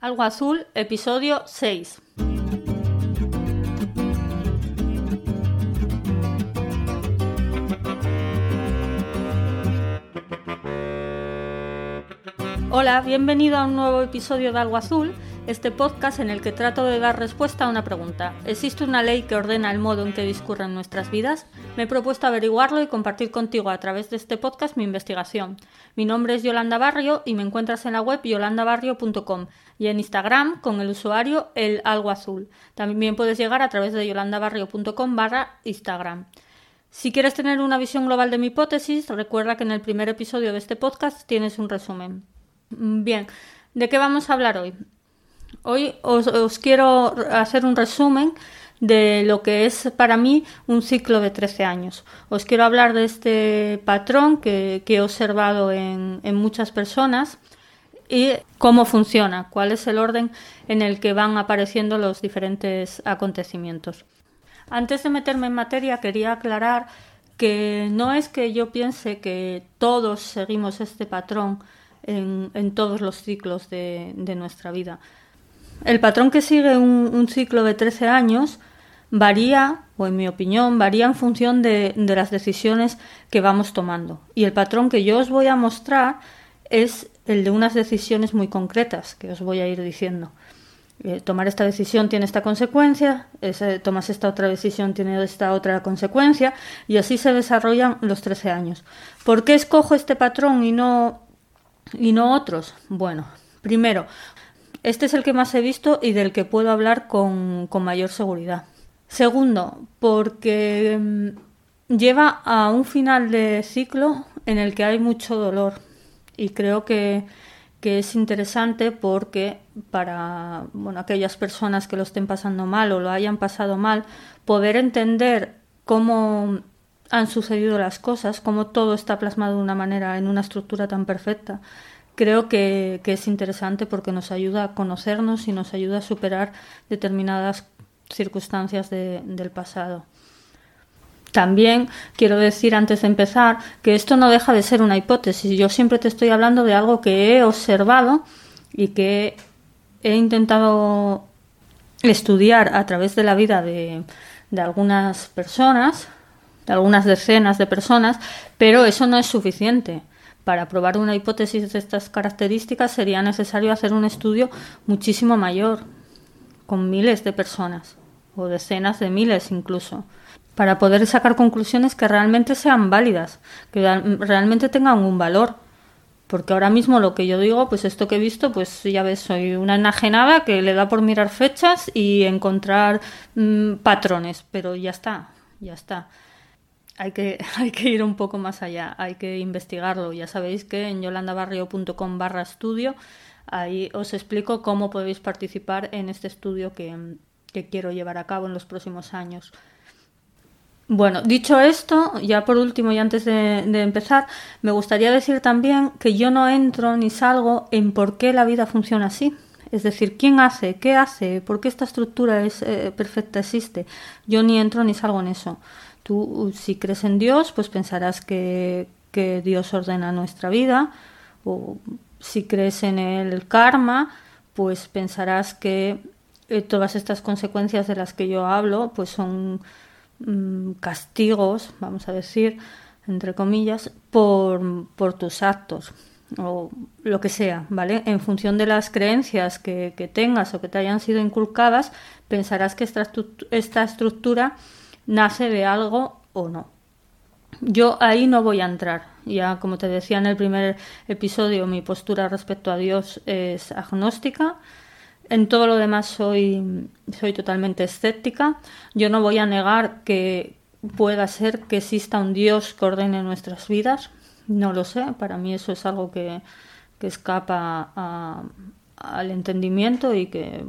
Algo Azul, episodio 6. Hola, bienvenido a un nuevo episodio de Algo Azul, este podcast en el que trato de dar respuesta a una pregunta. ¿Existe una ley que ordena el modo en que discurren nuestras vidas? Me he propuesto averiguarlo y compartir contigo a través de este podcast mi investigación. Mi nombre es Yolanda Barrio y me encuentras en la web yolandabarrio.com y en Instagram con el usuario el Algo Azul. También puedes llegar a través de yolandabarrio.com/Instagram. Si quieres tener una visión global de mi hipótesis, recuerda que en el primer episodio de este podcast tienes un resumen. Bien, ¿de qué vamos a hablar hoy? Hoy os quiero hacer un resumen de lo que es para mí un ciclo de 13 años. Os quiero hablar de este patrón que he observado en muchas personas y cómo funciona, cuál es el orden en el que van apareciendo los diferentes acontecimientos. Antes de meterme en materia, quería aclarar que no es que yo piense que todos seguimos este patrón en todos los ciclos de nuestra vida. El patrón que sigue un ciclo de 13 años varía, o en mi opinión, varía en función de las decisiones que vamos tomando. Y el patrón que yo os voy a mostrar es el de unas decisiones muy concretas, que os voy a ir diciendo. Tomar esta decisión tiene esta consecuencia, tomas esta otra decisión tiene esta otra consecuencia, y así se desarrollan los 13 años. ¿Por qué escojo este patrón y no otros? Bueno, primero, este es el que más he visto y del que puedo hablar con mayor seguridad. Segundo, porque lleva a un final de ciclo en el que hay mucho dolor y creo que es interesante porque para aquellas personas que lo estén pasando mal o lo hayan pasado mal, poder entender cómo han sucedido las cosas, cómo todo está plasmado de una manera, en una estructura tan perfecta. Creo que es interesante porque nos ayuda a conocernos y nos ayuda a superar determinadas circunstancias del pasado. También quiero decir antes de empezar que esto no deja de ser una hipótesis. Yo siempre te estoy hablando de algo que he observado y que he intentado estudiar a través de la vida de algunas personas, de algunas decenas de personas, pero eso no es suficiente. Para probar una hipótesis de estas características sería necesario hacer un estudio muchísimo mayor, con miles de personas, o decenas de miles incluso, para poder sacar conclusiones que realmente sean válidas, que realmente tengan un valor. Porque ahora mismo lo que yo digo, pues esto que he visto, pues ya ves, soy una enajenada que le da por mirar fechas y encontrar patrones, pero ya está. Hay que ir un poco más allá, hay que investigarlo. Ya sabéis que en yolandabarrio.com/estudio ahí os explico cómo podéis participar en este estudio que quiero llevar a cabo en los próximos años. Bueno, dicho esto, ya por último y antes de empezar, me gustaría decir también que yo no entro ni salgo en por qué la vida funciona así. Es decir, ¿quién hace? ¿Qué hace? ¿Por qué esta estructura es perfecta existe? Yo ni entro ni salgo en eso. Tú, si crees en Dios, pues pensarás que Dios ordena nuestra vida, o si crees en el karma, pues pensarás que todas estas consecuencias de las que yo hablo, pues son castigos, vamos a decir, entre comillas, por tus actos, o lo que sea, ¿vale? En función de las creencias que tengas o que te hayan sido inculcadas, pensarás que esta estructura nace de algo o no. Yo ahí no voy a entrar. Ya, como te decía en el primer episodio, mi postura respecto a Dios es agnóstica. En todo lo demás soy totalmente escéptica. Yo no voy a negar que pueda ser que exista un Dios que ordene nuestras vidas. No lo sé. Para mí eso es algo que escapa al entendimiento y que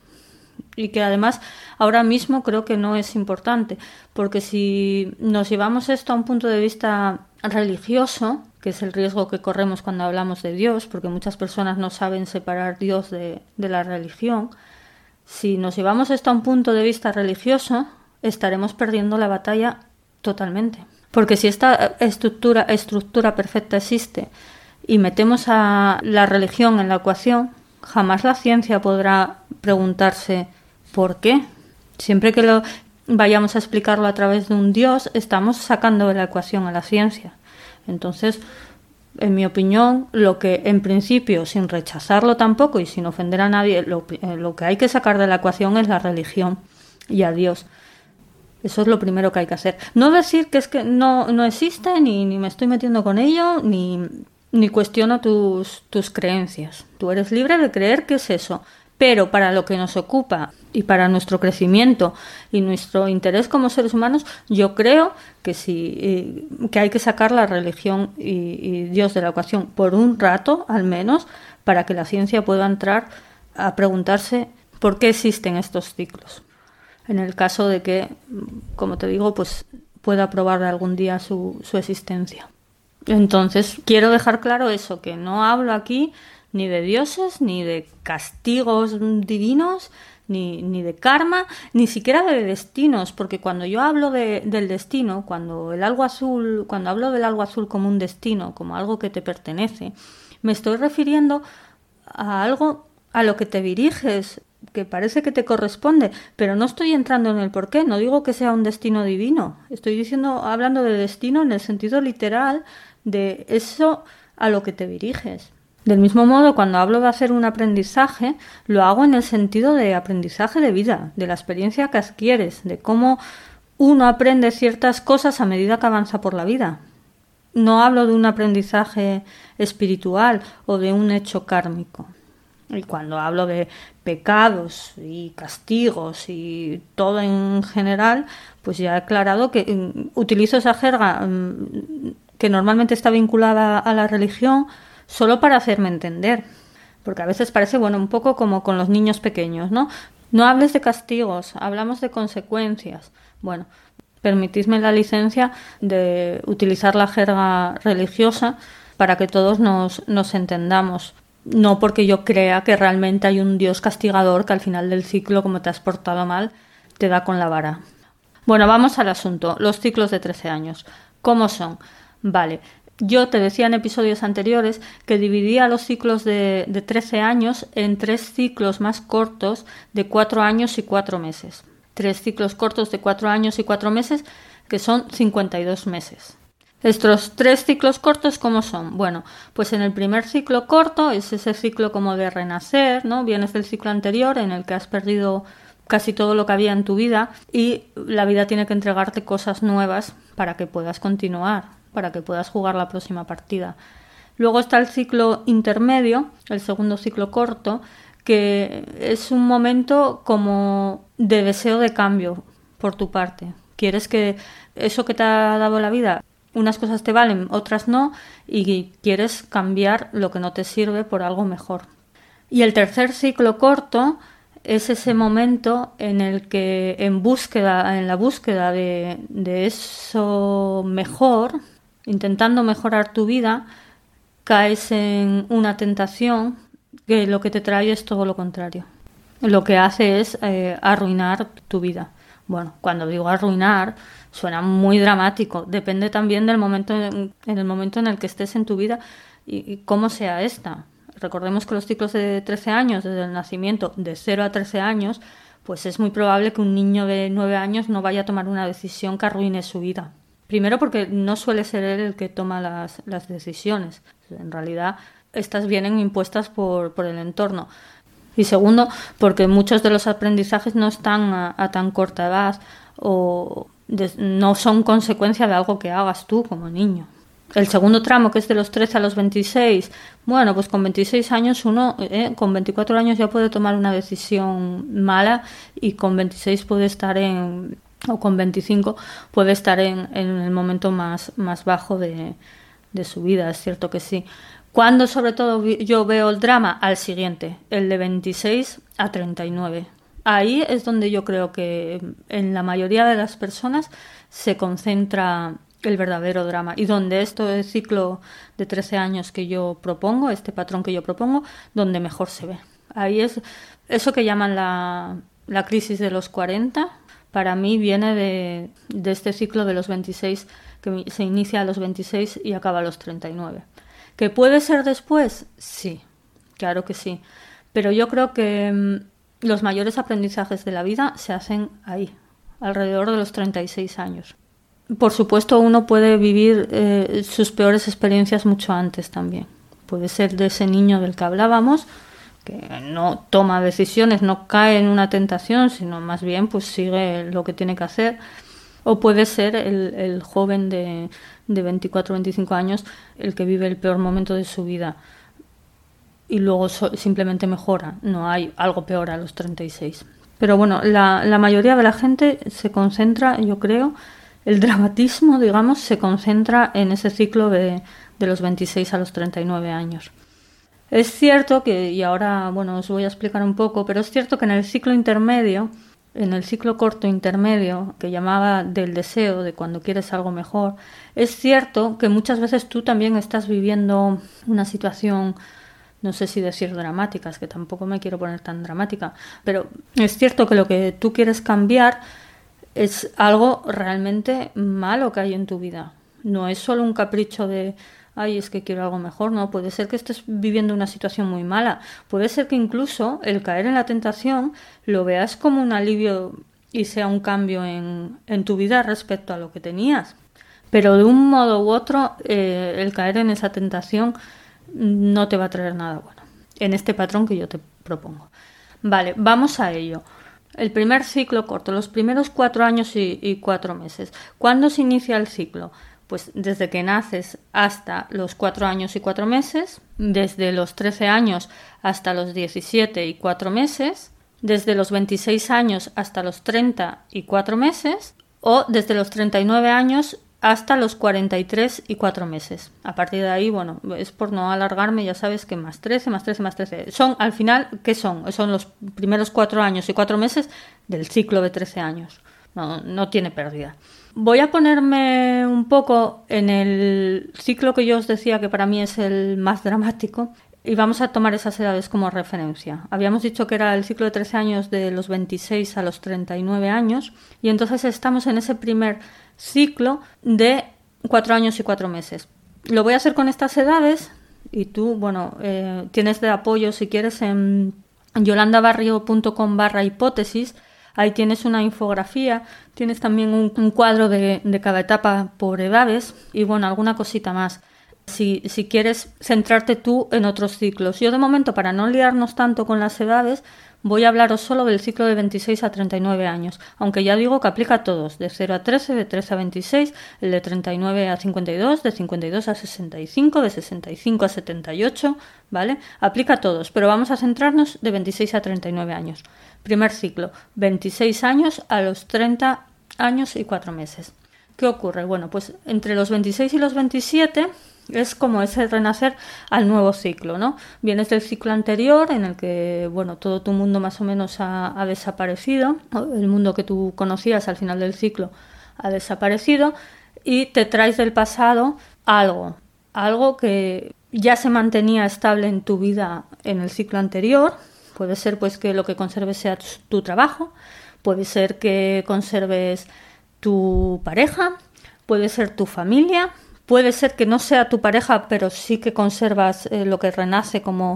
además ahora mismo creo que no es importante, porque si nos llevamos esto a un punto de vista religioso, que es el riesgo que corremos cuando hablamos de Dios, porque muchas personas no saben separar Dios de la religión, si nos llevamos esto a un punto de vista religioso, estaremos perdiendo la batalla totalmente. Porque si esta estructura perfecta existe y metemos a la religión en la ecuación, jamás la ciencia podrá preguntarse ¿por qué? Siempre que lo vayamos a explicarlo a través de un Dios, estamos sacando de la ecuación a la ciencia. Entonces, en mi opinión, lo que en principio, sin rechazarlo tampoco y sin ofender a nadie, lo que hay que sacar de la ecuación es la religión y a Dios. Eso es lo primero que hay que hacer. No decir que es que no existe, ni me estoy metiendo con ello, ni cuestiono tus creencias. Tú eres libre de creer que es eso. Pero para lo que nos ocupa y para nuestro crecimiento y nuestro interés como seres humanos, yo creo que sí, que hay que sacar la religión y Dios de la ecuación por un rato, al menos, para que la ciencia pueda entrar a preguntarse por qué existen estos ciclos. En el caso de que, como te digo, pues pueda probar algún día su existencia. Entonces, quiero dejar claro eso, que no hablo aquí ni de dioses, ni de castigos divinos, ni de karma, ni siquiera de destinos, porque cuando yo hablo del destino, cuando hablo del algo azul como un destino, como algo que te pertenece, me estoy refiriendo a algo a lo que te diriges, que parece que te corresponde, pero no estoy entrando en el porqué, no digo que sea un destino divino, estoy hablando de destino en el sentido literal de eso a lo que te diriges. Del mismo modo, cuando hablo de hacer un aprendizaje, lo hago en el sentido de aprendizaje de vida, de la experiencia que adquieres, de cómo uno aprende ciertas cosas a medida que avanza por la vida. No hablo de un aprendizaje espiritual o de un hecho kármico. Y cuando hablo de pecados y castigos y todo en general, pues ya he aclarado que utilizo esa jerga que normalmente está vinculada a la religión solo para hacerme entender. Porque a veces parece, un poco como con los niños pequeños, ¿no? No hables de castigos, hablamos de consecuencias. Bueno, permitidme la licencia de utilizar la jerga religiosa para que todos nos entendamos. No porque yo crea que realmente hay un Dios castigador que al final del ciclo, como te has portado mal, te da con la vara. Bueno, vamos al asunto. Los ciclos de 13 años. ¿Cómo son? Vale, yo te decía en episodios anteriores que dividía los ciclos de 13 años en 3 ciclos más cortos de 4 años y 4 meses. 3 ciclos cortos de 4 años y 4 meses, que son 52 meses. Estos 3 ciclos cortos, ¿cómo son? Bueno, pues en el primer ciclo corto es ese ciclo como de renacer, ¿no? Vienes del ciclo anterior en el que has perdido casi todo lo que había en tu vida y la vida tiene que entregarte cosas nuevas para que puedas continuar, para que puedas jugar la próxima partida. Luego está el ciclo intermedio, el segundo ciclo corto, que es un momento como de deseo de cambio por tu parte. Quieres que eso que te ha dado la vida, unas cosas te valen, otras no, y quieres cambiar lo que no te sirve por algo mejor. Y el tercer ciclo corto es ese momento en el que en la búsqueda de eso mejor, intentando mejorar tu vida, caes en una tentación que lo que te trae es todo lo contrario. Lo que hace es arruinar tu vida. Bueno, cuando digo arruinar, suena muy dramático. Depende también del momento en el que estés en tu vida y cómo sea esta. Recordemos que los ciclos de 13 años, desde el nacimiento, de 0 a 13 años, pues es muy probable que un niño de 9 años no vaya a tomar una decisión que arruine su vida. Primero porque no suele ser él el que toma las decisiones. En realidad, estas vienen impuestas por el entorno. Y segundo, porque muchos de los aprendizajes no están a tan corta edad o no son consecuencia de algo que hagas tú como niño. El segundo tramo, que es de los 13 a los 26, bueno, pues con 26 años uno, con 24 años ya puede tomar una decisión mala y con 26 puede estar o con 25 puede estar en el momento más bajo de su vida, es cierto que sí. Cuando sobre todo yo veo el drama al siguiente, el de 26 a 39. Ahí es donde yo creo que en la mayoría de las personas se concentra el verdadero drama y donde este ciclo de 13 años que yo propongo, este patrón que yo propongo, donde mejor se ve. Ahí es eso que llaman la crisis de los 40, para mí viene de este ciclo de los 26, que se inicia a los 26 y acaba a los 39. ¿Que puede ser después? Sí, claro que sí. Pero yo creo que los mayores aprendizajes de la vida se hacen ahí, alrededor de los 36 años. Por supuesto, uno puede vivir sus peores experiencias mucho antes también. Puede ser de ese niño del que hablábamos, que no toma decisiones, no cae en una tentación, sino más bien pues sigue lo que tiene que hacer. O puede ser el joven de 24 o 25 años el que vive el peor momento de su vida y luego simplemente mejora. No hay algo peor a los 36. Pero bueno, la mayoría de la gente se concentra, yo creo, el dramatismo, digamos, se concentra en ese ciclo de los 26 a los 39 años. Es cierto que, y ahora bueno os voy a explicar un poco, pero es cierto que en el ciclo intermedio, en el ciclo corto intermedio, que llamaba del deseo, de cuando quieres algo mejor, es cierto que muchas veces tú también estás viviendo una situación, no sé si decir dramática, es que tampoco me quiero poner tan dramática, pero es cierto que lo que tú quieres cambiar es algo realmente malo que hay en tu vida. No es solo un capricho de ay, es que quiero algo mejor, no, puede ser que estés viviendo una situación muy mala, puede ser que incluso el caer en la tentación lo veas como un alivio y sea un cambio en tu vida respecto a lo que tenías, pero de un modo u otro el caer en esa tentación no te va a traer nada bueno, en este patrón que yo te propongo. Vale, vamos a ello. El primer ciclo corto, los primeros 4 años y 4 meses. ¿Cuándo se inicia el ciclo? Pues desde que naces hasta los 4 años y 4 meses, desde los 13 años hasta los 17 y 4 meses, desde los 26 años hasta los 30 y 4 meses, o desde los 39 años hasta los 43 y 4 meses. A partir de ahí, bueno, es por no alargarme, ya sabes que más 13, más 13, más 13. Son, al final, ¿qué son? Son los primeros 4 años y 4 meses del ciclo de 13 años. No tiene pérdida. Voy a ponerme un poco en el ciclo que yo os decía que para mí es el más dramático y vamos a tomar esas edades como referencia. Habíamos dicho que era el ciclo de 13 años de los 26 a los 39 años y entonces estamos en ese primer ciclo de 4 años y 4 meses. Lo voy a hacer con estas edades y tú, bueno, tienes de apoyo si quieres en yolandabarrio.com/hipótesis. Ahí tienes una infografía, tienes también un cuadro de cada etapa por edades y bueno, alguna cosita más. Si quieres centrarte tú en otros ciclos. Yo de momento, para no liarnos tanto con las edades, voy a hablaros solo del ciclo de 26 a 39 años, aunque ya digo que aplica a todos, de 0 a 13, de 13 a 26, el de 39 a 52, de 52 a 65, de 65 a 78, ¿vale? Aplica a todos, pero vamos a centrarnos de 26 a 39 años. Primer ciclo, 26 años a los 30 años y 4 meses. ¿Qué ocurre? Bueno, pues entre los 26 y los 27 es como ese renacer al nuevo ciclo, ¿no? Vienes del ciclo anterior en el que, bueno, todo tu mundo más o menos ha desaparecido, el mundo que tú conocías al final del ciclo ha desaparecido y te traes del pasado algo que ya se mantenía estable en tu vida en el ciclo anterior. Puede ser pues que lo que conserves sea tu trabajo, puede ser que conserves tu pareja, puede ser tu familia, puede ser que no sea tu pareja, pero sí que conservas lo que renace como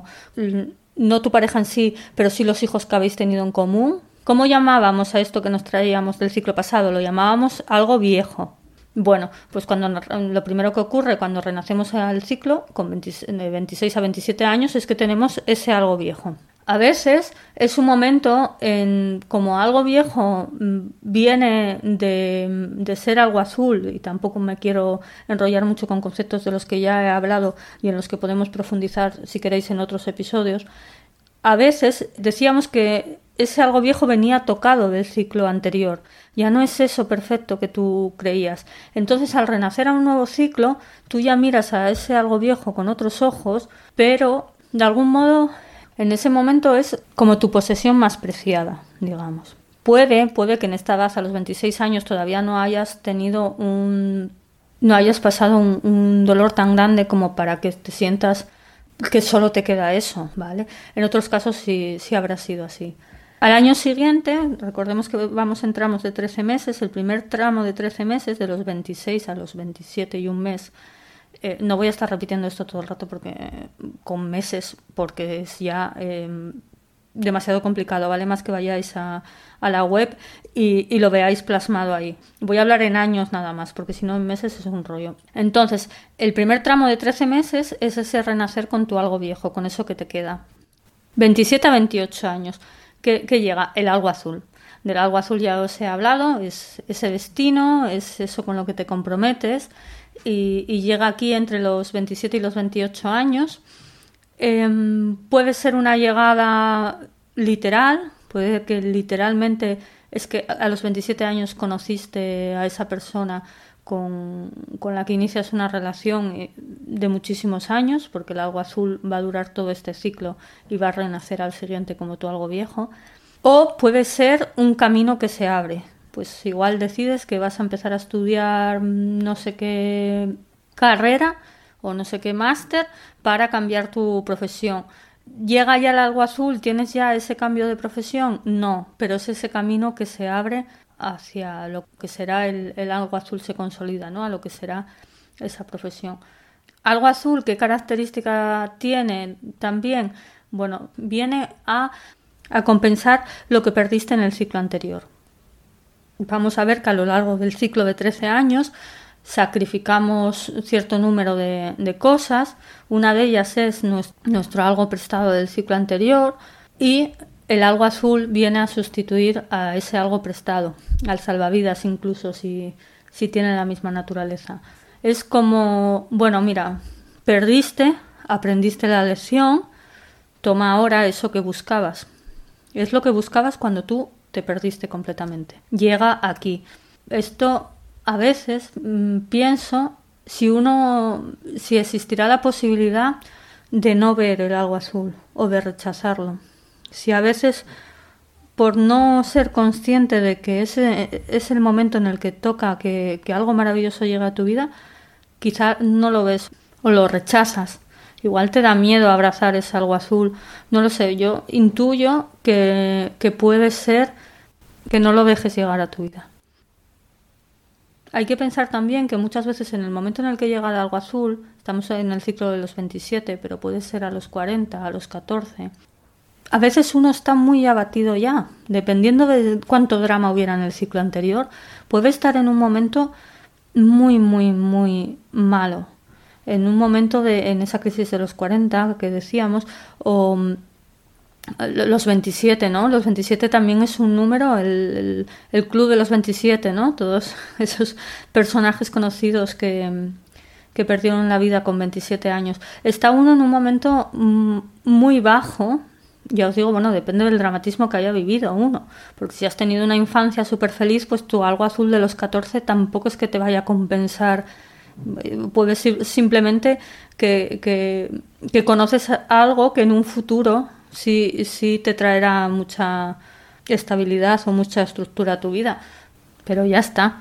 no tu pareja en sí, pero sí los hijos que habéis tenido en común. ¿Cómo llamábamos a esto que nos traíamos del ciclo pasado? Lo llamábamos algo viejo. Bueno, pues lo primero que ocurre cuando renacemos al ciclo, de 26 a 27 años, es que tenemos ese algo viejo. A veces es un momento como algo viejo viene de ser algo azul, y tampoco me quiero enrollar mucho con conceptos de los que ya he hablado y en los que podemos profundizar si queréis en otros episodios. A veces decíamos que ese algo viejo venía tocado del ciclo anterior, ya no es eso perfecto que tú creías. Entonces, al renacer a un nuevo ciclo, tú ya miras a ese algo viejo con otros ojos, pero de algún modo en ese momento es como tu posesión más preciada, digamos. Puede que en esta edad, a los 26 años, todavía no hayas tenido no hayas pasado un dolor tan grande como para que te sientas que solo te queda eso, ¿vale? En otros casos sí habrá sido así. Al año siguiente, recordemos que vamos en tramos de 13 meses, el primer tramo de 13 meses, de los 26 a los 27 y un mes, No voy a estar repitiendo esto todo el rato con meses, porque es ya demasiado complicado. Vale más que vayáis a la web y lo veáis plasmado ahí. Voy a hablar en años nada más, porque si no en meses es un rollo. Entonces, el primer tramo de 13 meses es ese renacer con tu algo viejo, con eso que te queda. 27 a 28 años. ¿Qué llega? El algo azul. Del algo azul ya os he hablado, es ese destino, es eso con lo que te comprometes, y llega aquí entre los 27 y los 28 años. Puede ser una llegada literal, puede que literalmente es que a los 27 años conociste a esa persona con la que inicias una relación de muchísimos años, porque el algo azul va a durar todo este ciclo y va a renacer al siguiente como tu algo viejo. O puede ser un camino que se abre. Pues igual decides que vas a empezar a estudiar no sé qué carrera o no sé qué máster para cambiar tu profesión. ¿Llega ya el algo azul? ¿Tienes ya ese cambio de profesión? No, pero es ese camino que se abre hacia lo que será el algo azul, se consolida, ¿no? A lo que será esa profesión. Algo azul, ¿qué característica tiene también? Bueno, viene a compensar lo que perdiste en el ciclo anterior. Vamos a ver que a lo largo del ciclo de 13 años sacrificamos cierto número de cosas. Una de ellas es nuestro algo prestado del ciclo anterior, y el algo azul viene a sustituir a ese algo prestado, al salvavidas incluso si tiene la misma naturaleza. Es como, bueno, mira, perdiste, aprendiste la lección, toma ahora eso que buscabas. Es lo que buscabas cuando tú te perdiste completamente. Llega aquí. Esto a veces pienso si existirá la posibilidad de no ver el algo azul o de rechazarlo. Si a veces, por no ser consciente de que ese es el momento en el que toca que algo maravilloso llegue a tu vida, quizá no lo ves o lo rechazas. Igual te da miedo abrazar ese algo azul. No lo sé, yo intuyo que puede ser que no lo dejes llegar a tu vida. Hay que pensar también que muchas veces en el momento en el que llega el algo azul, estamos en el ciclo de los 27, pero puede ser a los 40, a los 14. A veces uno está muy abatido ya, dependiendo de cuánto drama hubiera en el ciclo anterior, puede estar en un momento muy, muy, muy malo. En un momento en esa crisis de los 40 que decíamos, o los 27, ¿no? Los 27 también es un número, el club de los 27, ¿no? Todos esos personajes conocidos que perdieron la vida con 27 años. Está uno en un momento muy bajo. Ya os digo, bueno, depende del dramatismo que haya vivido uno, porque si has tenido una infancia súper feliz, pues tu algo azul de los 14 tampoco es que te vaya a compensar. Puede ser simplemente que conoces algo que en un futuro sí te traerá mucha estabilidad o mucha estructura a tu vida, pero ya está.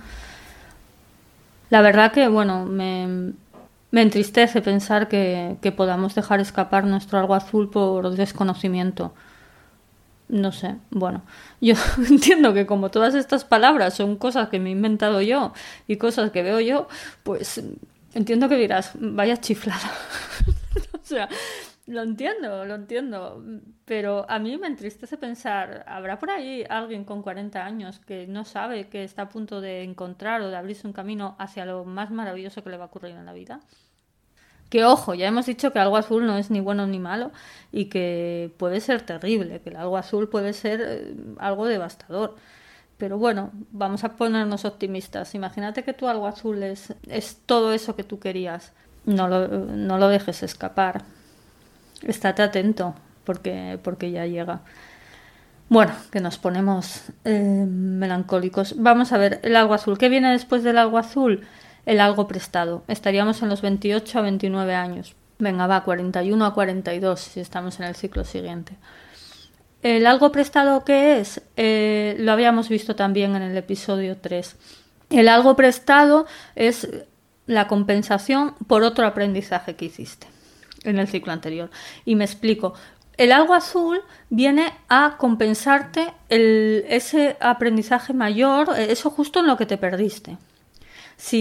La verdad que, bueno, me entristece pensar que podamos dejar escapar nuestro algo azul por desconocimiento. No sé, bueno, yo entiendo que como todas estas palabras son cosas que me he inventado yo y cosas que veo yo, pues entiendo que dirás, vaya chiflada. O sea, lo entiendo, pero a mí me entristece pensar, ¿habrá por ahí alguien con 40 años que no sabe que está a punto de encontrar o de abrirse un camino hacia lo más maravilloso que le va a ocurrir en la vida? Que ojo, ya hemos dicho que algo azul no es ni bueno ni malo y que puede ser terrible, que el algo azul puede ser algo devastador. Pero bueno, vamos a ponernos optimistas. Imagínate que tu algo azul es todo eso que tú querías. No lo dejes escapar. Estate atento porque ya llega. Bueno, que nos ponemos melancólicos. Vamos a ver, el algo azul. ¿Qué viene después del algo azul? El algo prestado. Estaríamos en los 28 a 29 años. Venga, va, 41 a 42 si estamos en el ciclo siguiente. ¿El algo prestado qué es? Lo habíamos visto también en el episodio 3. El algo prestado es la compensación por otro aprendizaje que hiciste en el ciclo anterior. Y me explico. El algo azul viene a compensarte ese aprendizaje mayor, eso justo en lo que te perdiste. Si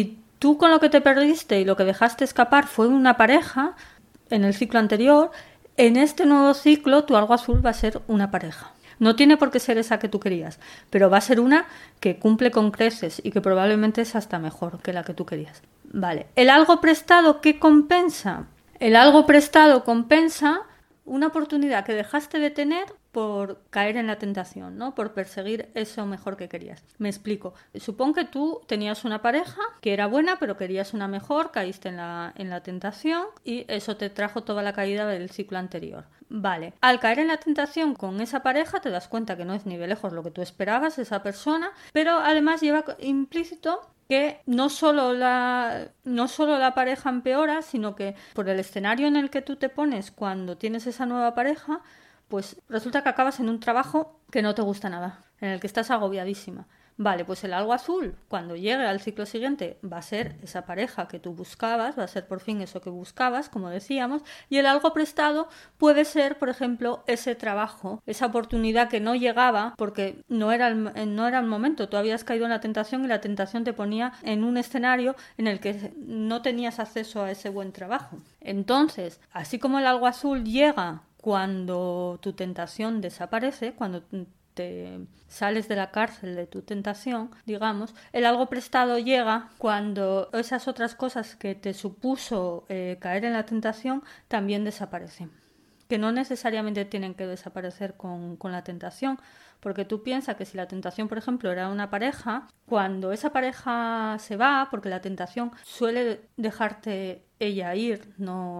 tú con lo que te perdiste y lo que dejaste escapar fue una pareja en el ciclo anterior, en este nuevo ciclo tu algo azul va a ser una pareja. No tiene por qué ser esa que tú querías, pero va a ser una que cumple con creces y que probablemente es hasta mejor que la que tú querías. Vale, ¿el algo prestado qué compensa? El algo prestado compensa una oportunidad que dejaste de tener por caer en la tentación, ¿no? Por perseguir eso mejor que querías. Me explico. Supón que tú tenías una pareja que era buena, pero querías una mejor, caíste en la tentación y eso te trajo toda la caída del ciclo anterior. Vale, al caer en la tentación con esa pareja te das cuenta que no es ni de lejos lo que tú esperabas, esa persona, pero además lleva implícito que no solo la pareja empeora, sino que por el escenario en el que tú te pones cuando tienes esa nueva pareja, pues resulta que acabas en un trabajo que no te gusta nada, en el que estás agobiadísima. Vale, pues el algo azul, cuando llegue al ciclo siguiente, va a ser esa pareja que tú buscabas, va a ser por fin eso que buscabas, como decíamos, y el algo prestado puede ser, por ejemplo, ese trabajo, esa oportunidad que no llegaba porque no era el momento, tú habías caído en la tentación y la tentación te ponía en un escenario en el que no tenías acceso a ese buen trabajo. Entonces, así como el algo azul llega cuando tu tentación desaparece, cuando te sales de la cárcel de tu tentación, digamos, el algo prestado llega cuando esas otras cosas que te supuso caer en la tentación también desaparecen. Que no necesariamente tienen que desaparecer con la tentación, porque tú piensas que si la tentación, por ejemplo, era una pareja, cuando esa pareja se va, porque la tentación suele dejarte ella ir,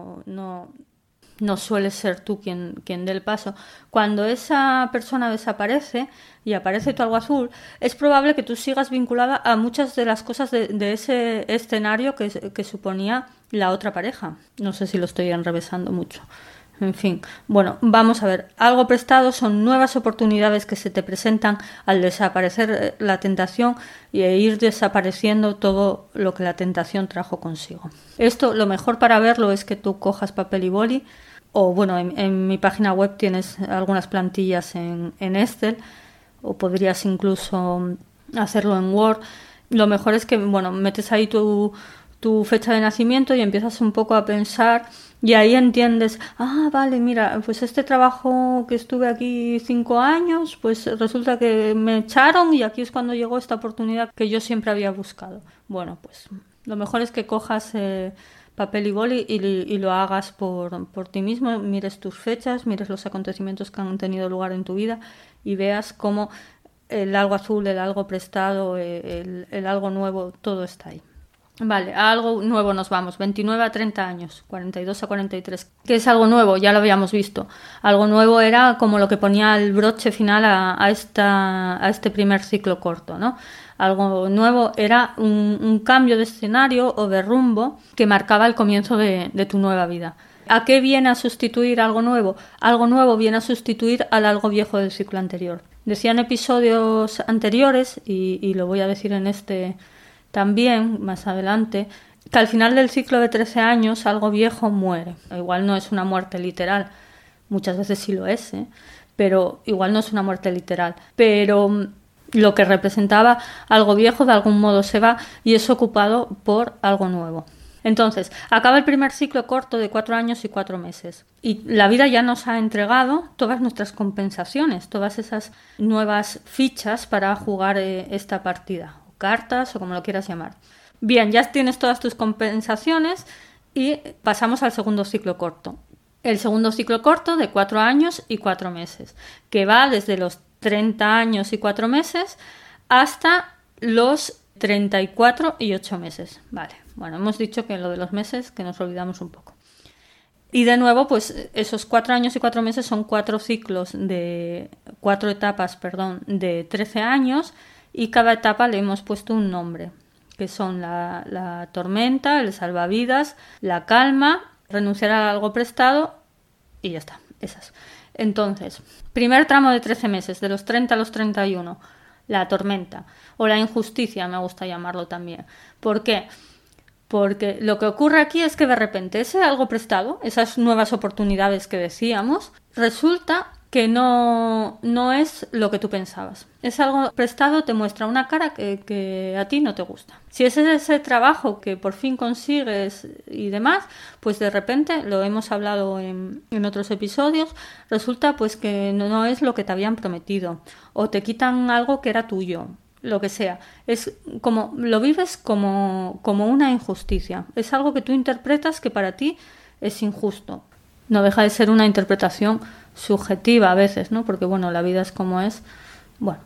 no sueles ser tú quien dé el paso. Cuando esa persona desaparece y aparece tu algo azul, es probable que tú sigas vinculada a muchas de las cosas de ese escenario que suponía la otra pareja. No sé si lo estoy enrevesando mucho. En fin, bueno, vamos a ver. Algo prestado son nuevas oportunidades que se te presentan al desaparecer la tentación e ir desapareciendo todo lo que la tentación trajo consigo. Esto, lo mejor para verlo es que tú cojas papel y boli, o bueno, en mi página web tienes algunas plantillas en Excel, o podrías incluso hacerlo en Word. Lo mejor es que, bueno, metes ahí tu fecha de nacimiento y empiezas un poco a pensar y ahí entiendes, vale, mira, pues este trabajo que estuve aquí 5 años, pues resulta que me echaron y aquí es cuando llegó esta oportunidad que yo siempre había buscado. Bueno, pues lo mejor es que cojas papel y boli y lo hagas por ti mismo, mires tus fechas, mires los acontecimientos que han tenido lugar en tu vida y veas cómo el algo azul, el algo prestado, el algo nuevo, todo está ahí. Vale, a algo nuevo nos vamos, 29 a 30 años, 42 a 43. ¿Qué es algo nuevo? Ya lo habíamos visto. Algo nuevo era como lo que ponía el broche final a este primer ciclo corto, ¿no? Algo nuevo era un cambio de escenario o de rumbo que marcaba el comienzo de tu nueva vida. ¿A qué viene a sustituir algo nuevo? Algo nuevo viene a sustituir al algo viejo del ciclo anterior. Decía en episodios anteriores, y lo voy a decir en este también, más adelante, que al final del ciclo de 13 años algo viejo muere. Igual no es una muerte literal, muchas veces sí lo es, pero igual no es una muerte literal. Pero lo que representaba algo viejo de algún modo se va y es ocupado por algo nuevo. Entonces, acaba el primer ciclo corto de 4 años y 4 meses. Y la vida ya nos ha entregado todas nuestras compensaciones, todas esas nuevas fichas para jugar esta partida. Cartas o como lo quieras llamar. Bien, ya tienes todas tus compensaciones y pasamos al segundo ciclo corto. El segundo ciclo corto de 4 años y 4 meses, que va desde los 30 años y 4 meses hasta los 34 y 8 meses. Vale, bueno, hemos dicho que lo de los meses, que nos olvidamos un poco. Y de nuevo, pues esos 4 años y 4 meses son 4 ciclos de 4 etapas, de 13 años. Y cada etapa le hemos puesto un nombre, que son la tormenta, el salvavidas, la calma, renunciar a algo prestado y ya está, esas. Entonces, primer tramo de 13 meses, de los 30 a los 31, la tormenta, o la injusticia, me gusta llamarlo también. ¿Por qué? Porque lo que ocurre aquí es que de repente ese algo prestado, esas nuevas oportunidades que decíamos, resulta que no es lo que tú pensabas. Es algo prestado, te muestra una cara que a ti no te gusta. Si ese es ese trabajo que por fin consigues y demás, pues de repente, lo hemos hablado en otros episodios, resulta pues que no es lo que te habían prometido, o te quitan algo que era tuyo, lo que sea. Es como, lo vives como una injusticia. Es algo que tú interpretas que para ti es injusto. No deja de ser una interpretación subjetiva a veces, ¿no? Porque, bueno, la vida es como es. Bueno,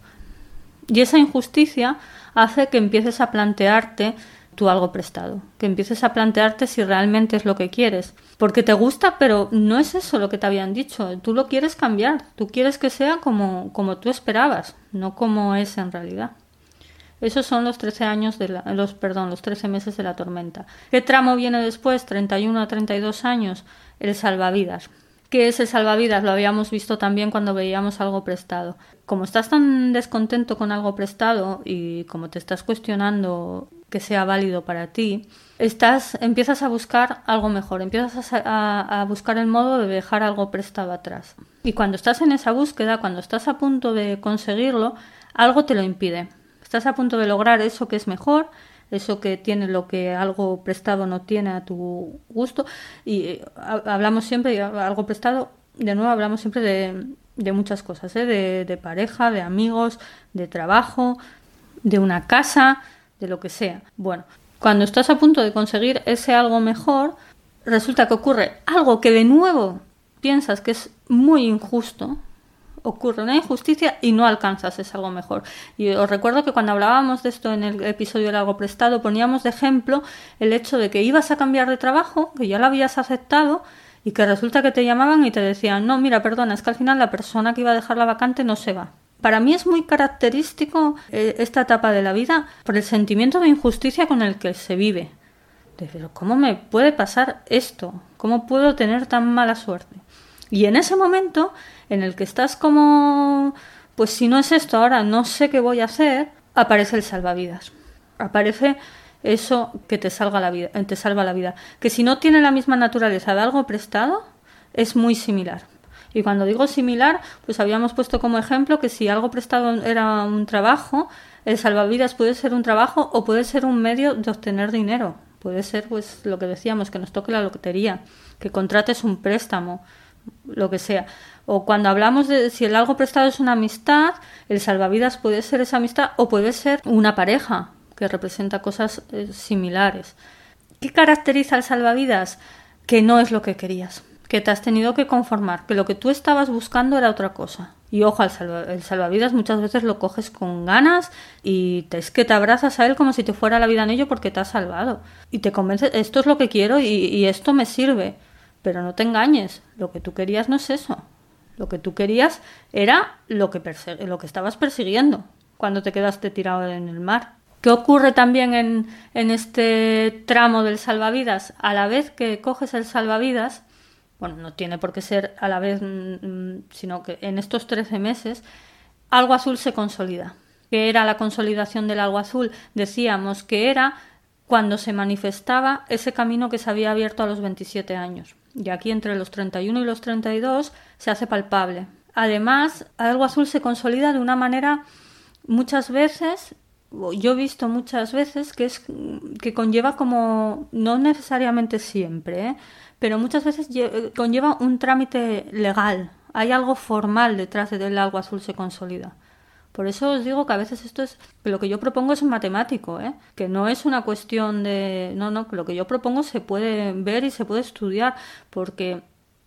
y esa injusticia hace que empieces a plantearte tú algo prestado, que empieces a plantearte si realmente es lo que quieres. Porque te gusta, pero no es eso lo que te habían dicho. Tú lo quieres cambiar. Tú quieres que sea como tú esperabas, no como es en realidad. Esos son los 13 años los 13 meses de la tormenta. ¿Qué tramo viene después? 31 a 32 años. El salvavidas. ¿Qué es el salvavidas? Lo habíamos visto también cuando veíamos algo prestado. Como estás tan descontento con algo prestado y como te estás cuestionando que sea válido para ti, empiezas a buscar algo mejor, empiezas a buscar el modo de dejar algo prestado atrás. Y cuando estás en esa búsqueda, cuando estás a punto de conseguirlo, algo te lo impide. Estás a punto de lograr eso que es mejor, eso que tiene lo que algo prestado no tiene a tu gusto. Y hablamos siempre de algo prestado, de nuevo hablamos siempre de muchas cosas, de pareja, de amigos, de trabajo, de una casa, de lo que sea. Bueno, cuando estás a punto de conseguir ese algo mejor, resulta que ocurre algo que de nuevo piensas que es muy injusto. Ocurre una injusticia y no alcanzas ese algo mejor. Y os recuerdo que cuando hablábamos de esto en el episodio del algo prestado, poníamos de ejemplo el hecho de que ibas a cambiar de trabajo, que ya lo habías aceptado, y que resulta que te llamaban y te decían, no, mira, perdona, es que al final la persona que iba a dejar la vacante no se va. Para mí es muy característico esta etapa de la vida por el sentimiento de injusticia con el que se vive. Pero ¿cómo me puede pasar esto? ¿Cómo puedo tener tan mala suerte? Y en ese momento en el que estás como, pues si no es esto ahora, no sé qué voy a hacer, aparece el salvavidas. Aparece eso que te salva la vida. Que si no tiene la misma naturaleza de algo prestado, es muy similar. Y cuando digo similar, pues habíamos puesto como ejemplo que si algo prestado era un trabajo, el salvavidas puede ser un trabajo o puede ser un medio de obtener dinero. Puede ser, pues, lo que decíamos, que nos toque la lotería, que contrates un préstamo, lo que sea. O cuando hablamos de si el algo prestado es una amistad, el salvavidas puede ser esa amistad o puede ser una pareja que representa cosas similares. ¿Qué caracteriza al salvavidas? Que no es lo que querías, que te has tenido que conformar, que lo que tú estabas buscando era otra cosa. Y ojo, el salvavidas muchas veces lo coges con ganas y es que te abrazas a él como si te fuera la vida en ello porque te has salvado. Y te convences, esto es lo que quiero y esto me sirve. Pero no te engañes, lo que tú querías no es eso. Lo que tú querías era lo que estabas persiguiendo cuando te quedaste tirado en el mar. ¿Qué ocurre también en este tramo del salvavidas? A la vez que coges el salvavidas, bueno, no tiene por qué ser a la vez, sino que en estos 13 meses, algo azul se consolida. ¿Qué era la consolidación del algo azul? Decíamos que era cuando se manifestaba ese camino que se había abierto a los 27 años. Y aquí entre los 31 y los 32 se hace palpable. Además, algo azul se consolida de una manera muchas veces, yo he visto muchas veces, que conlleva como, no necesariamente siempre, pero muchas veces conlleva un trámite legal. Hay algo formal detrás del algo azul se consolida. Por eso os digo que a veces que lo que yo propongo es matemático, que no es una cuestión de... No, que lo que yo propongo se puede ver y se puede estudiar, porque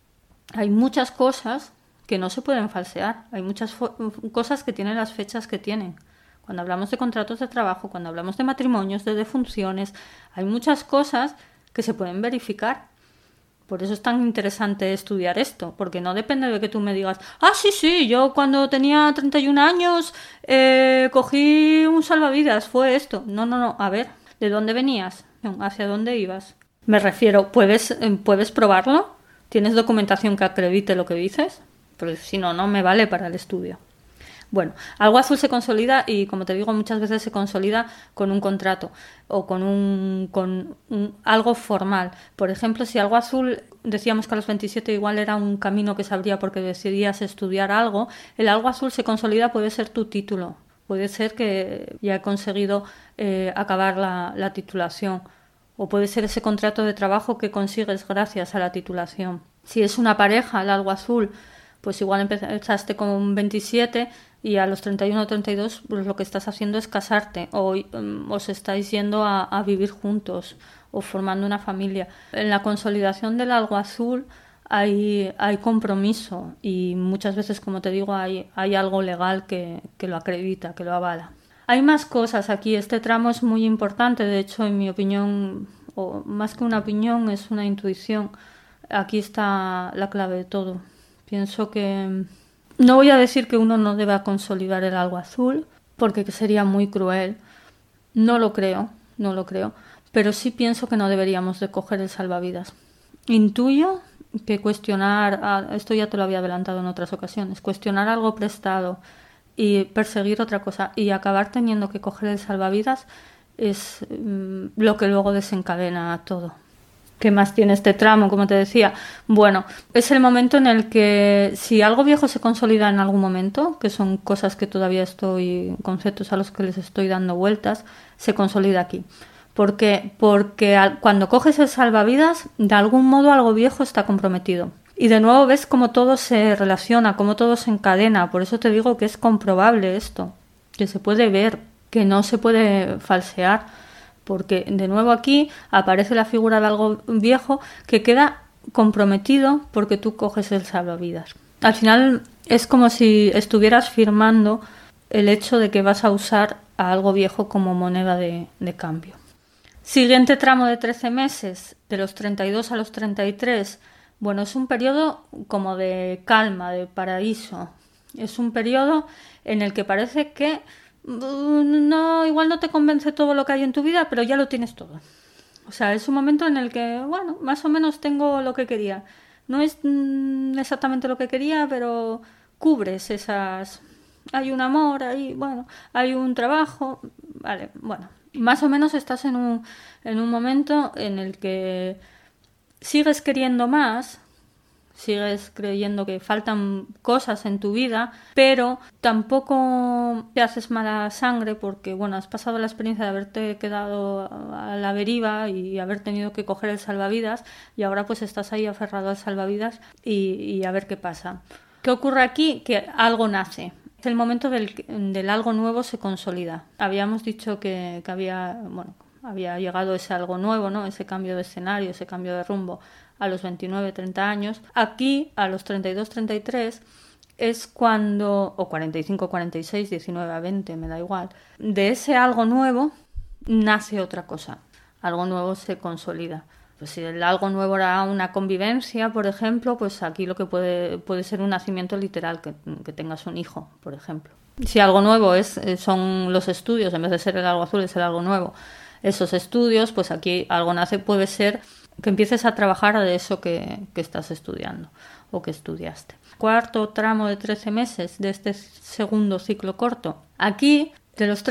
hay muchas cosas que no se pueden falsear, hay muchas cosas que tienen las fechas que tienen. Cuando hablamos de contratos de trabajo, cuando hablamos de matrimonios, de defunciones, hay muchas cosas que se pueden verificar. Por eso es tan interesante estudiar esto, porque no depende de que tú me digas, sí, yo cuando tenía 31 años cogí un salvavidas, fue esto. No, a ver, ¿de dónde venías? ¿Hacia dónde ibas? Me refiero, ¿puedes probarlo? ¿Tienes documentación que acredite lo que dices? Porque si no, no me vale para el estudio. Bueno, algo azul se consolida y, como te digo, muchas veces se consolida con un contrato o con algo formal. Por ejemplo, si algo azul, decíamos que a los 27 igual era un camino que se abría porque decidías estudiar algo, el algo azul se consolida, puede ser tu título. Puede ser que ya he conseguido acabar la titulación. O puede ser ese contrato de trabajo que consigues gracias a la titulación. Si es una pareja, el algo azul, pues igual empezaste con 27 y a los 31 o 32 pues lo que estás haciendo es casarte o os estáis yendo a vivir juntos o formando una familia. En la consolidación del algo azul hay compromiso y muchas veces, como te digo, hay algo legal que lo acredita, que lo avala. Hay más cosas aquí. Este tramo es muy importante. De hecho, en mi opinión, o más que una opinión, es una intuición. Aquí está la clave de todo. Pienso que no voy a decir que uno no deba consolidar el algo azul, porque sería muy cruel. No lo creo. Pero sí pienso que no deberíamos de coger el salvavidas. Intuyo que cuestionar, esto ya te lo había adelantado en otras ocasiones, cuestionar algo prestado y perseguir otra cosa y acabar teniendo que coger el salvavidas es lo que luego desencadena todo. ¿Qué más tiene este tramo? Como te decía, bueno, es el momento en el que si algo viejo se consolida en algún momento, que son cosas que todavía conceptos a los que les estoy dando vueltas, se consolida aquí. ¿Por qué? Porque cuando coges el salvavidas, de algún modo algo viejo está comprometido. Y de nuevo ves cómo todo se relaciona, cómo todo se encadena. Por eso te digo que es comprobable esto, que se puede ver, que no se puede falsear. Porque de nuevo aquí aparece la figura de algo viejo que queda comprometido porque tú coges el salvavidas. Al final es como si estuvieras firmando el hecho de que vas a usar a algo viejo como moneda de cambio. Siguiente tramo de 13 meses, de los 32 a los 33. Bueno, es un periodo como de calma, de paraíso. Es un periodo en el que parece que igual no te convence todo lo que hay en tu vida, pero ya lo tienes todo. O sea, es un momento en el que, bueno, más o menos tengo lo que quería. No es exactamente lo que quería, pero cubres esas... Hay un amor, hay un trabajo, vale, bueno. Más o menos estás en un momento en el que sigues queriendo más, sigues creyendo que faltan cosas en tu vida, pero tampoco te haces mala sangre porque, bueno, has pasado la experiencia de haberte quedado a la deriva y haber tenido que coger el salvavidas y ahora pues estás ahí aferrado al salvavidas y a ver qué pasa. ¿Qué ocurre aquí? Que algo nace. Es el momento del algo nuevo se consolida. Habíamos dicho que había llegado ese algo nuevo, ¿no? Ese cambio de escenario, ese cambio de rumbo a los 29, 30 años. Aquí, a los 32, 33, es cuando, o 45, 46, 19 a 20, me da igual, de ese algo nuevo nace otra cosa. Algo nuevo se consolida. Pues si el algo nuevo era una convivencia, por ejemplo, pues aquí lo que puede ser un nacimiento literal, que tengas un hijo, por ejemplo. Si algo nuevo son los estudios, en vez de ser el algo azul, es el algo nuevo. Esos estudios, pues aquí algo nace, puede ser que empieces a trabajar de eso que estás estudiando o que estudiaste. Cuarto tramo de 13 meses de este segundo ciclo corto. Aquí, de los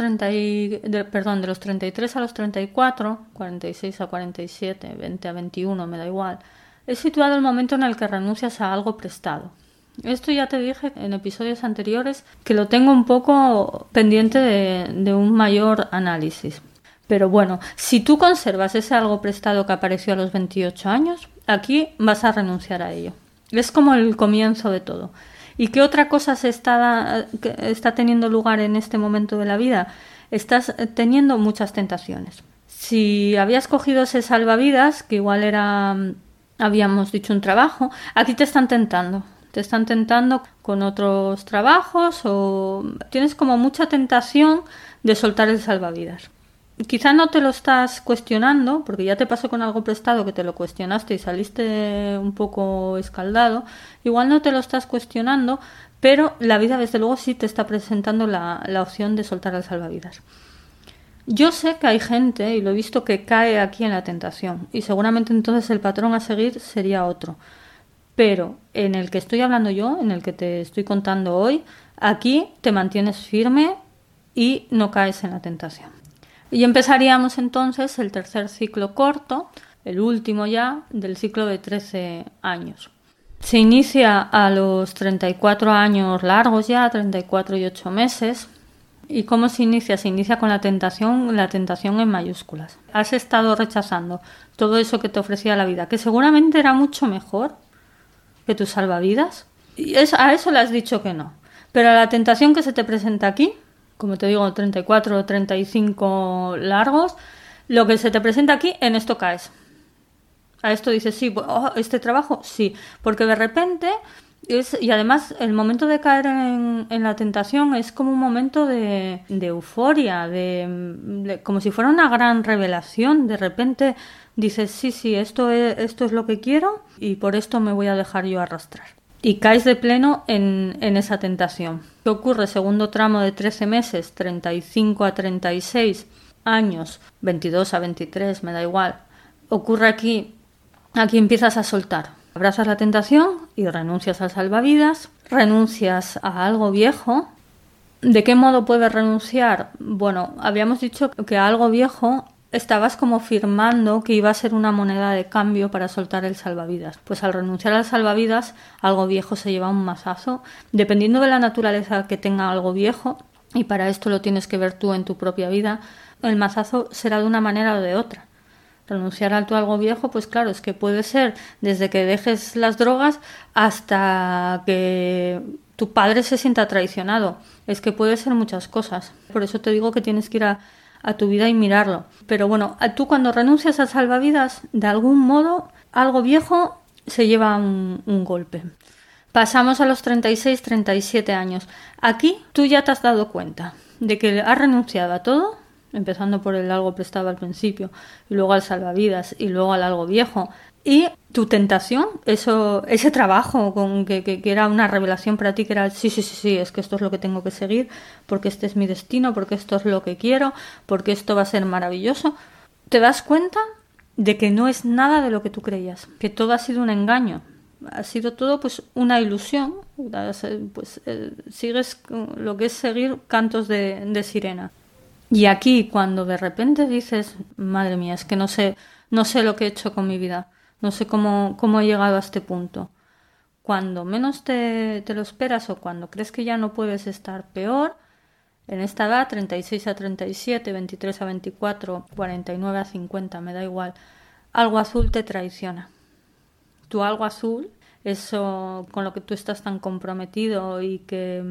33 a los 34, 46 a 47, 20 a 21, me da igual, he situado el momento en el que renuncias a algo prestado. Esto ya te dije en episodios anteriores que lo tengo un poco pendiente de un mayor análisis. Pero bueno, si tú conservas ese algo prestado que apareció a los 28 años, aquí vas a renunciar a ello. Es como el comienzo de todo. ¿Y qué otra cosa está teniendo lugar en este momento de la vida? Estás teniendo muchas tentaciones. Si habías cogido ese salvavidas, que igual era, habíamos dicho, un trabajo, aquí te están tentando. Te están tentando con otros trabajos o tienes como mucha tentación de soltar el salvavidas. Quizá no te lo estás cuestionando, porque ya te pasó con algo prestado que te lo cuestionaste y saliste un poco escaldado. Igual no te lo estás cuestionando, pero la vida desde luego sí te está presentando la opción de soltar el salvavidas. Yo sé que hay gente, y lo he visto, que cae aquí en la tentación, y seguramente entonces el patrón a seguir sería otro. Pero en el que estoy hablando yo, en el que te estoy contando hoy, Aquí te mantienes firme y no caes en la tentación. Y empezaríamos entonces el tercer ciclo corto, el último ya, del ciclo de 13 años. Se inicia a los 34 años largos ya, 34 y 8 meses. ¿Y cómo se inicia? Se inicia con la tentación en mayúsculas. Has estado rechazando todo eso que te ofrecía la vida, que seguramente era mucho mejor que tus salvavidas. Y a eso le has dicho que no. Pero a la tentación que se te presenta aquí, como te digo, 34 o 35 largos, lo que se te presenta aquí, en esto caes. A esto dices, sí, este trabajo, sí. Porque de repente... y además el momento de caer en la tentación es como un momento de euforia, como si fuera una gran revelación. De repente dices, sí, esto es lo que quiero y por esto me voy a dejar yo arrastrar. Y caes de pleno en esa tentación. ¿Qué ocurre? Segundo tramo de 13 meses, 35 a 36 años, 22 a 23, me da igual. Ocurre aquí empiezas a soltar. Abrazas la tentación y renuncias al salvavidas, renuncias a algo viejo. ¿De qué modo puedes renunciar? Bueno, habíamos dicho que a algo viejo estabas como firmando que iba a ser una moneda de cambio para soltar el salvavidas. Pues al renunciar al salvavidas, algo viejo se lleva un mazazo. Dependiendo de la naturaleza que tenga algo viejo, y para esto lo tienes que ver tú en tu propia vida, el mazazo será de una manera o de otra. Renunciar a algo viejo, pues claro, es que puede ser desde que dejes las drogas hasta que tu padre se sienta traicionado. Es que puede ser muchas cosas. Por eso te digo que tienes que ir a tu vida y mirarlo. Pero bueno, tú cuando renuncias al salvavidas, de algún modo, algo viejo se lleva un golpe. Pasamos a los 36, 37 años. Aquí tú ya te has dado cuenta de que has renunciado a todo, empezando por el algo prestado al principio, y luego al salvavidas, y luego al algo viejo. Y tu tentación, ese trabajo que era una revelación para ti, que era sí, es que esto es lo que tengo que seguir, porque este es mi destino, porque esto es lo que quiero, porque esto va a ser maravilloso. Te das cuenta de que no es nada de lo que tú creías, que todo ha sido un engaño, ha sido todo pues una ilusión. Pues sigues lo que es seguir cantos de sirena. Y aquí, cuando de repente dices, madre mía, es que no sé lo que he hecho con mi vida, no sé cómo he llegado a este punto. Cuando menos te lo esperas o cuando crees que ya no puedes estar peor, en esta edad, 36 a 37, 23 a 24, 49 a 50, me da igual, algo azul te traiciona. Tu algo azul, eso con lo que tú estás tan comprometido y que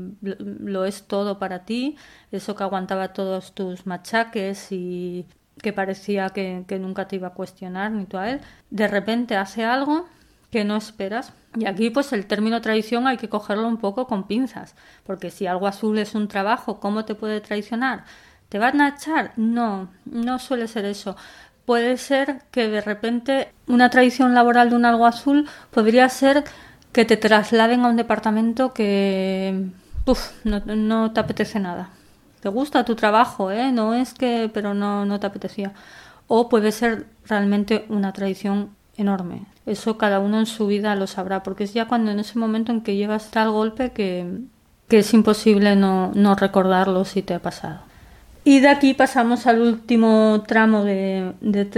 lo es todo para ti, eso que aguantaba todos tus machaques y que parecía que nunca te iba a cuestionar ni tú a él, de repente hace algo que no esperas. Y aquí pues el término traición hay que cogerlo un poco con pinzas, porque si algo azul es un trabajo, ¿cómo te puede traicionar? ¿Te van a echar? No suele ser eso. Puede ser que de repente una traición laboral de un algo azul podría ser que te trasladen a un departamento que no te apetece nada. Te gusta tu trabajo, no es que, pero no te apetecía. O puede ser realmente una traición enorme. Eso cada uno en su vida lo sabrá, porque es ya cuando en ese momento en que llegas tal golpe que es imposible no recordarlo si te ha pasado. Y de aquí pasamos al último tramo de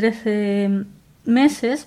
13 meses,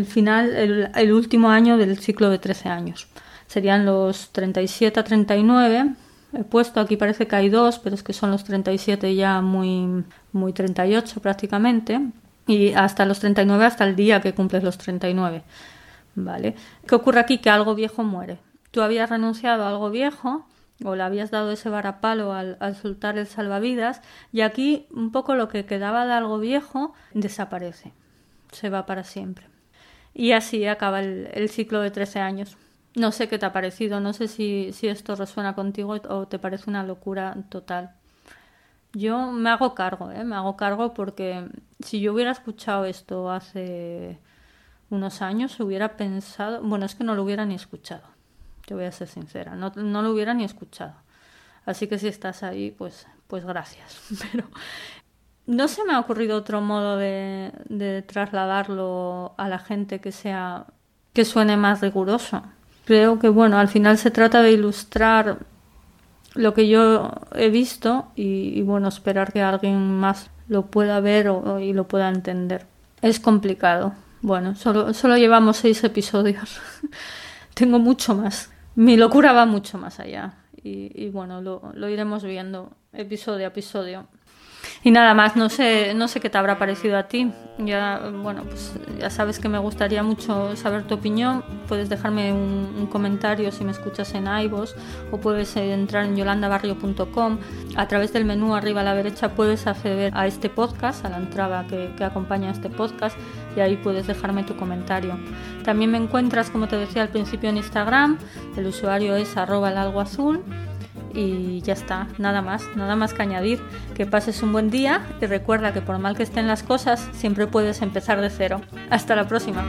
el último año del ciclo de 13 años. Serían los 37 a 39. He puesto aquí, parece que hay 2, pero es que son los 37 ya muy 38 prácticamente. Y hasta los 39, hasta el día que cumples los 39. ¿Vale? ¿Qué ocurre aquí? Que algo viejo muere. Tú habías renunciado a algo viejo, o le habías dado ese varapalo al soltar el salvavidas, y aquí un poco lo que quedaba de algo viejo desaparece, se va para siempre. Y así acaba el ciclo de 13 años. No sé qué te ha parecido, no sé si esto resuena contigo o te parece una locura total. Yo me hago cargo porque si yo hubiera escuchado esto hace unos años, hubiera pensado, bueno, es que no lo hubiera ni escuchado. Te voy a ser sincera, no lo hubiera ni escuchado. Así que si estás ahí, pues gracias. Pero no se me ha ocurrido otro modo de trasladarlo a la gente que suene más riguroso. Creo que, bueno, al final se trata de ilustrar lo que yo he visto y bueno, esperar que alguien más lo pueda ver y lo pueda entender. Es complicado. Bueno, solo llevamos 6 episodios. Tengo mucho más. Mi locura va mucho más allá. Y bueno, lo iremos viendo episodio a episodio. Y nada más, no sé qué te habrá parecido a ti. Bueno, pues ya sabes que me gustaría mucho saber tu opinión. Puedes dejarme un comentario si me escuchas en iVoox, o puedes entrar en yolandabarrio.com. A través del menú arriba a la derecha puedes acceder a este podcast, a la entrada que acompaña a este podcast, y ahí puedes dejarme tu comentario. También me encuentras, como te decía al principio, en Instagram. El usuario es @elalgoazul. Y ya está, nada más que añadir. Que pases un buen día y recuerda que por mal que estén las cosas, siempre puedes empezar de cero. Hasta la próxima.